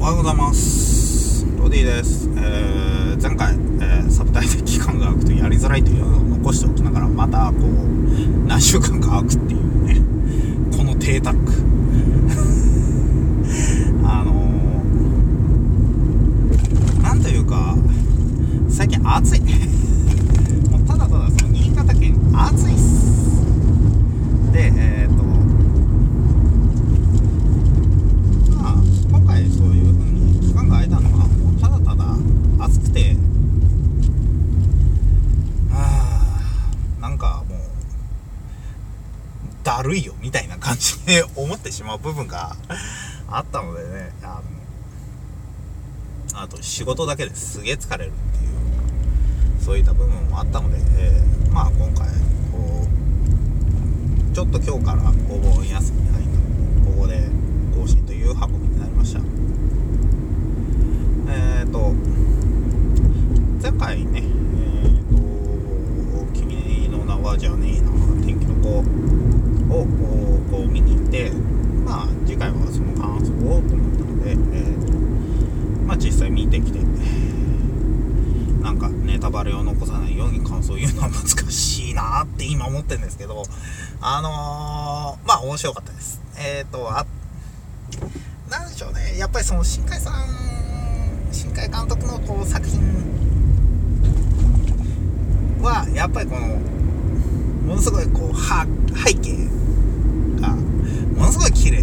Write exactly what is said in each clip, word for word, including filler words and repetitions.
はようございます。ロディです。えー、前回、えー、サブタイトル期間が空くとやりづらいというのを残しておきながら、またこう何週間か空くっていうね、この低タックあのー、なんというか最近暑いもうただただその新潟県暑いっす。でえー、っとまあ今回そういう風に期間が空いたのはもうただただ暑くて、あーなんかもうだるいよみたいな感じで思ってしまう部分があったのでね、あのあと仕事だけですげえ疲れるっていうそういった部分もあったので、えー、まあ今回こうちょっと今日からお盆休みに入ったここで更新という運びになりました。えーと前回ね、えーと君の名はじゃねえな天気の子をこう見に行って、まあ次回はその感想をと思ったので、えー、まあ実際見てきて、なんかネタバレを残さないように感想を言うのは難しいなって今思ってるんですけど、あのー、まあ面白かったです。えーとあなんでしょうね、やっぱりその新海さん新海監督のこう作品はやっぱりこのものすごいこうは背景がものすごい綺麗で、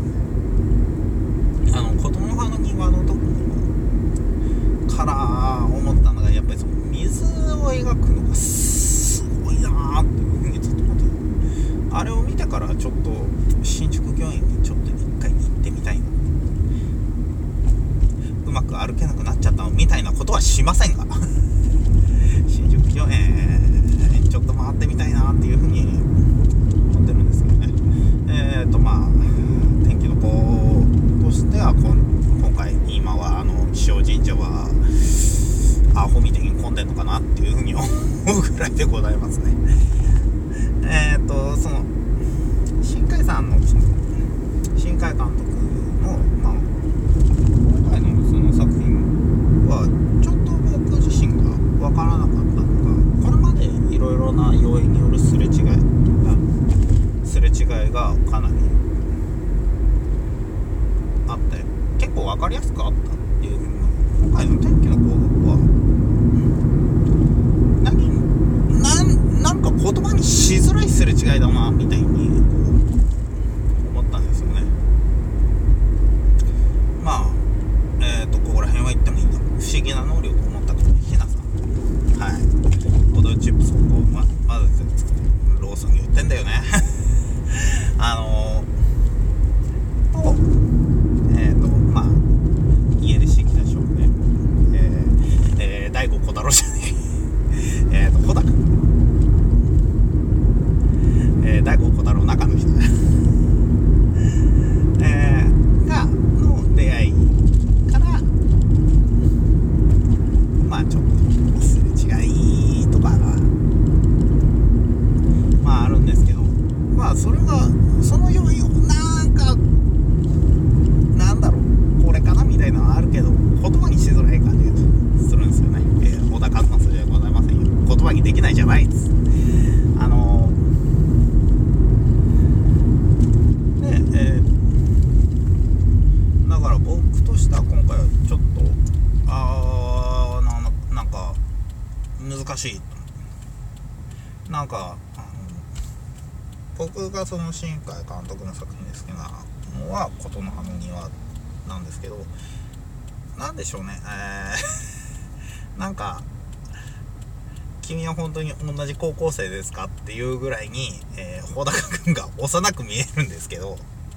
あの子供の葉の庭のところから思ったのがやっぱりその水を描くのがすごいなーっていうふうにずっと思ってた。あれを見てからちょっと新宿御苑にちょっと一回行ってみたいな、うまく歩けなくなっちゃったみたいなことはしませんが新宿御苑ちょっと回ってみたいなっていうふうに思ってるんですけどね。えーとまあ天気の子としてはこん今回今はあの気象神社はアホみたいに混んでんのかなっていうふうに思うぐらいでございますね。えーとその新海さんのその新海監督のまあ今回のその作品はちょっと僕自身が分からなかったのが、これまでいろいろな要因によるすれ違いがすれ違いがかなりあって結構分かりやすくあったっていうふうに、今回の天気の子は何なんなんか言葉にしづらいすれ違いだなみたいにこう思ったんですよね。まあえーとここら辺は言ってもいいんだ、不思議な能力を持った方ひなさん、はいポテトチップスをこうま混ぜて作ってローソンに売ってんだよねあのー、とえーとまあ家でしてきた少年、えーえー、大悟小太郎じゃねええーと小高えー、大悟小太郎中の人えー、がの出会いからまあちょっとすれ違いとかがまああるんですけど、まあそれがその要因をなんかなんだろうこれかなみたいなのはあるけど言葉にしづらい感じがするんですよね。えー、小田和正じゃございませんよ、言葉にできないじゃないです。あのー、ねえー、だから僕としては今回はちょっとあー な, なんか難しい、なんかあの僕がその新海監督の作品で好きなのは琴の葉の庭なんですけど、なんでしょうね、えー、なんか君は本当に同じ高校生ですかっていうぐらいに、えー、穂高くんが幼く見えるんですけど、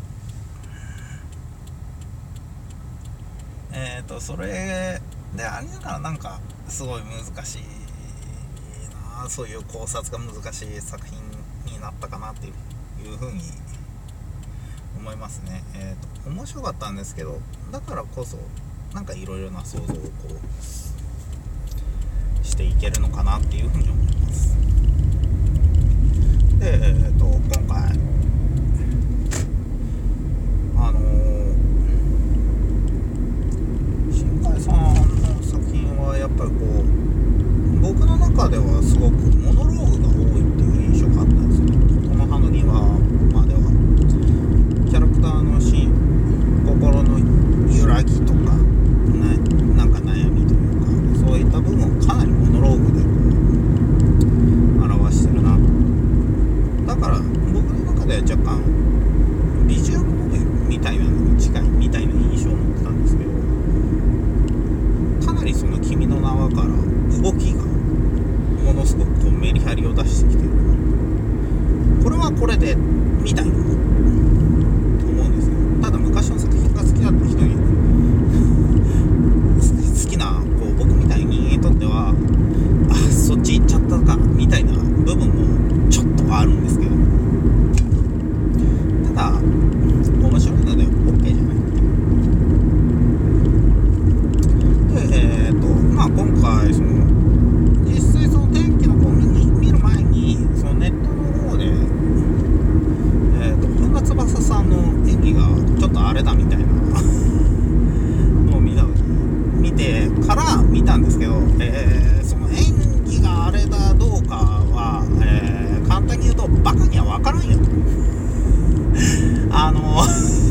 えーとそれであれならなんかすごい難しいな、そういう考察が難しい作品になったかなっていうふうに思いますね。えーと面白かったんですけど、だからこそなんかいろいろな想像をこうしていけるのかなっていうふうに思います。で、えーと今回あのー技がちょっとあれだみたいなのを見た見てから見たんですけど、えー、その演技があれだどうかは、えー、簡単に言うとバカには分からんよとあの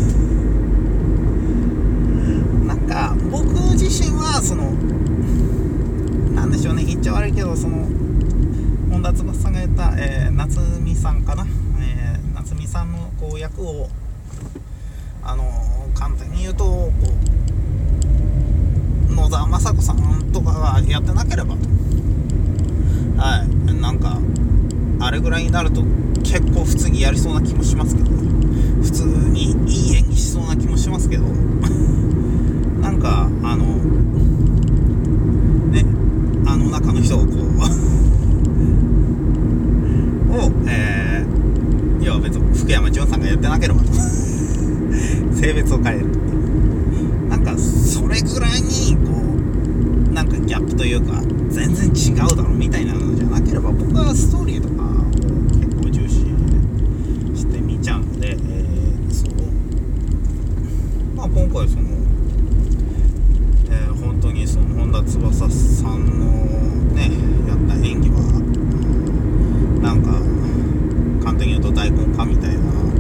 なんか僕自身はそのなんでしょうね、言っちゃ悪いけど、その本田翼さんがやった、えー、夏美さんかな、えー、夏美さんのこう役をあのー、簡単に言うとこう野沢雅子さんとかがやってなければ、はい、なんかあれぐらいになると結構普通にやりそうな気もしますけど、普通にいい演技しそうな気もしますけどなんかあのね、あの中の人をこうを、えー、要は別に福山潤さんがやってなければと性別を変えるっていう、なんかそれぐらいにこうなんかギャップというか全然違うだろみたいなのじゃなければ、僕はストーリーとかを結構重視して見ちゃうので、えー、そうまあ今回その、えー、本当にその本田翼さんのねやった演技はなんか簡単に言うと大根かみたいな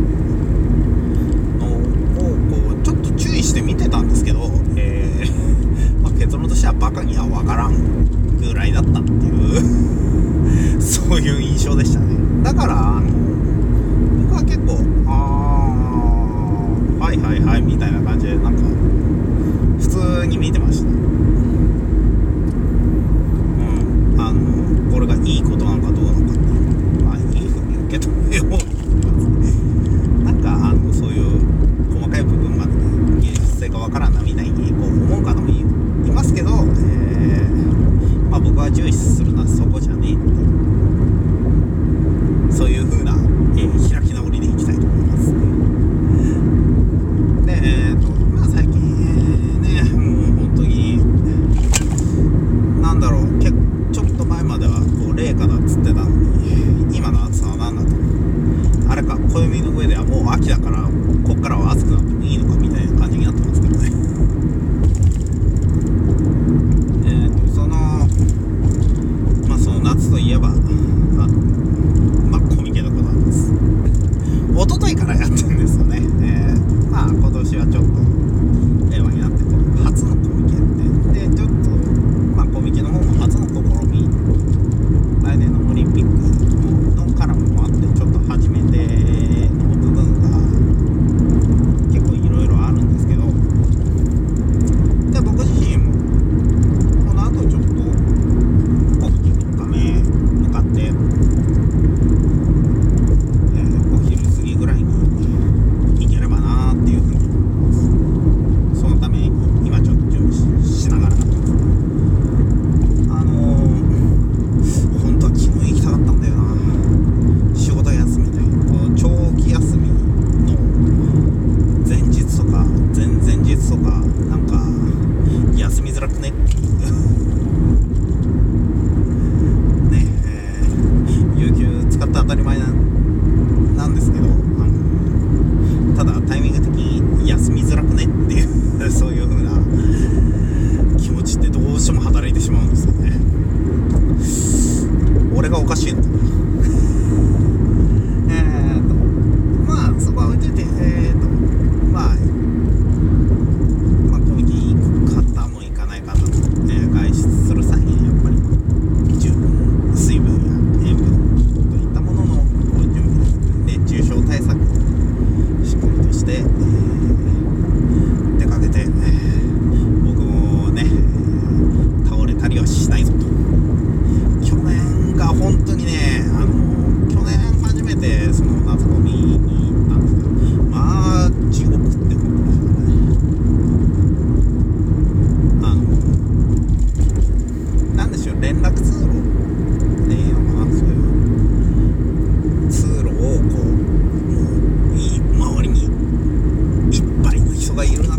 のをこうちょっと注意して見てたんですけど、えーまあ、結論としてはバカには分からんぐらいだったっていうそういう印象でしたね。だからあの僕は結構あーはいはいはいみたいな感じでなんか普通に見てました。うんあのこれがいいことなのかどうなのかっていう、まあいいふうに受け止めようと思いますね。なんかあのそういう細かい部分まで、ね、芸術性がわからんなみたいにこう思う方も い, いますけど、えー、まあ僕は重視するのはそこじゃねえっていうそういう風な、えー、開き直りでいきたいと思いますね。でえーとまあ最近ねもう本当になんだろう結構ちょっと前まではこう冷夏だっつってたのに、今の暑さは何だと、あれか暦の上ではもう秋だからこっからは暑くなってもいいのかみたいな感じになってますけどねえっとそのまあその夏といえばあまあコミケのことなんです。一昨日からやってるんですよね。えー、まあ今年はちょっと令和になってこの初のコミケってでちょっとまあコミケの方も初の試み、来年のオリンピックの絡みもあってちょっと初めての部分が結構いろいろあるんですけど、で僕自身もこの後ちょっとコミケみっかめ向かって、えー、お昼過ぎぐらいに行ければなーっていうふうに思います。そのために今ちょっと準備 し, しながらあのー、本当は昨日行きたかったんだよな。仕事休みで長期休みの前日とか前々日とかなんか休みづらくねっていうねえー、有給使って当たり前ななんですけど、あのただタイミング的に休みづらくねっていうそういう風な気持ちってどうしても働いてしまうんですよね。俺がおかしいのかなえーとまあそこは置いといて、えーとまあまあコミケ行く方も行かない方も、えー、外出する際にやっぱり十分水分や塩分といったものの準備ですね。熱中症対策をしっかりとして、えー、出かけて、僕もね倒れたりはしないぞと。去年が本当にね、あの去年初めてその夏コミに行ったんですけど、まあ地獄って思ってましたね。あのなんでしょう、連絡通路っていうのかな、そういう通路をこうもういい周りにいっぱいの人がいる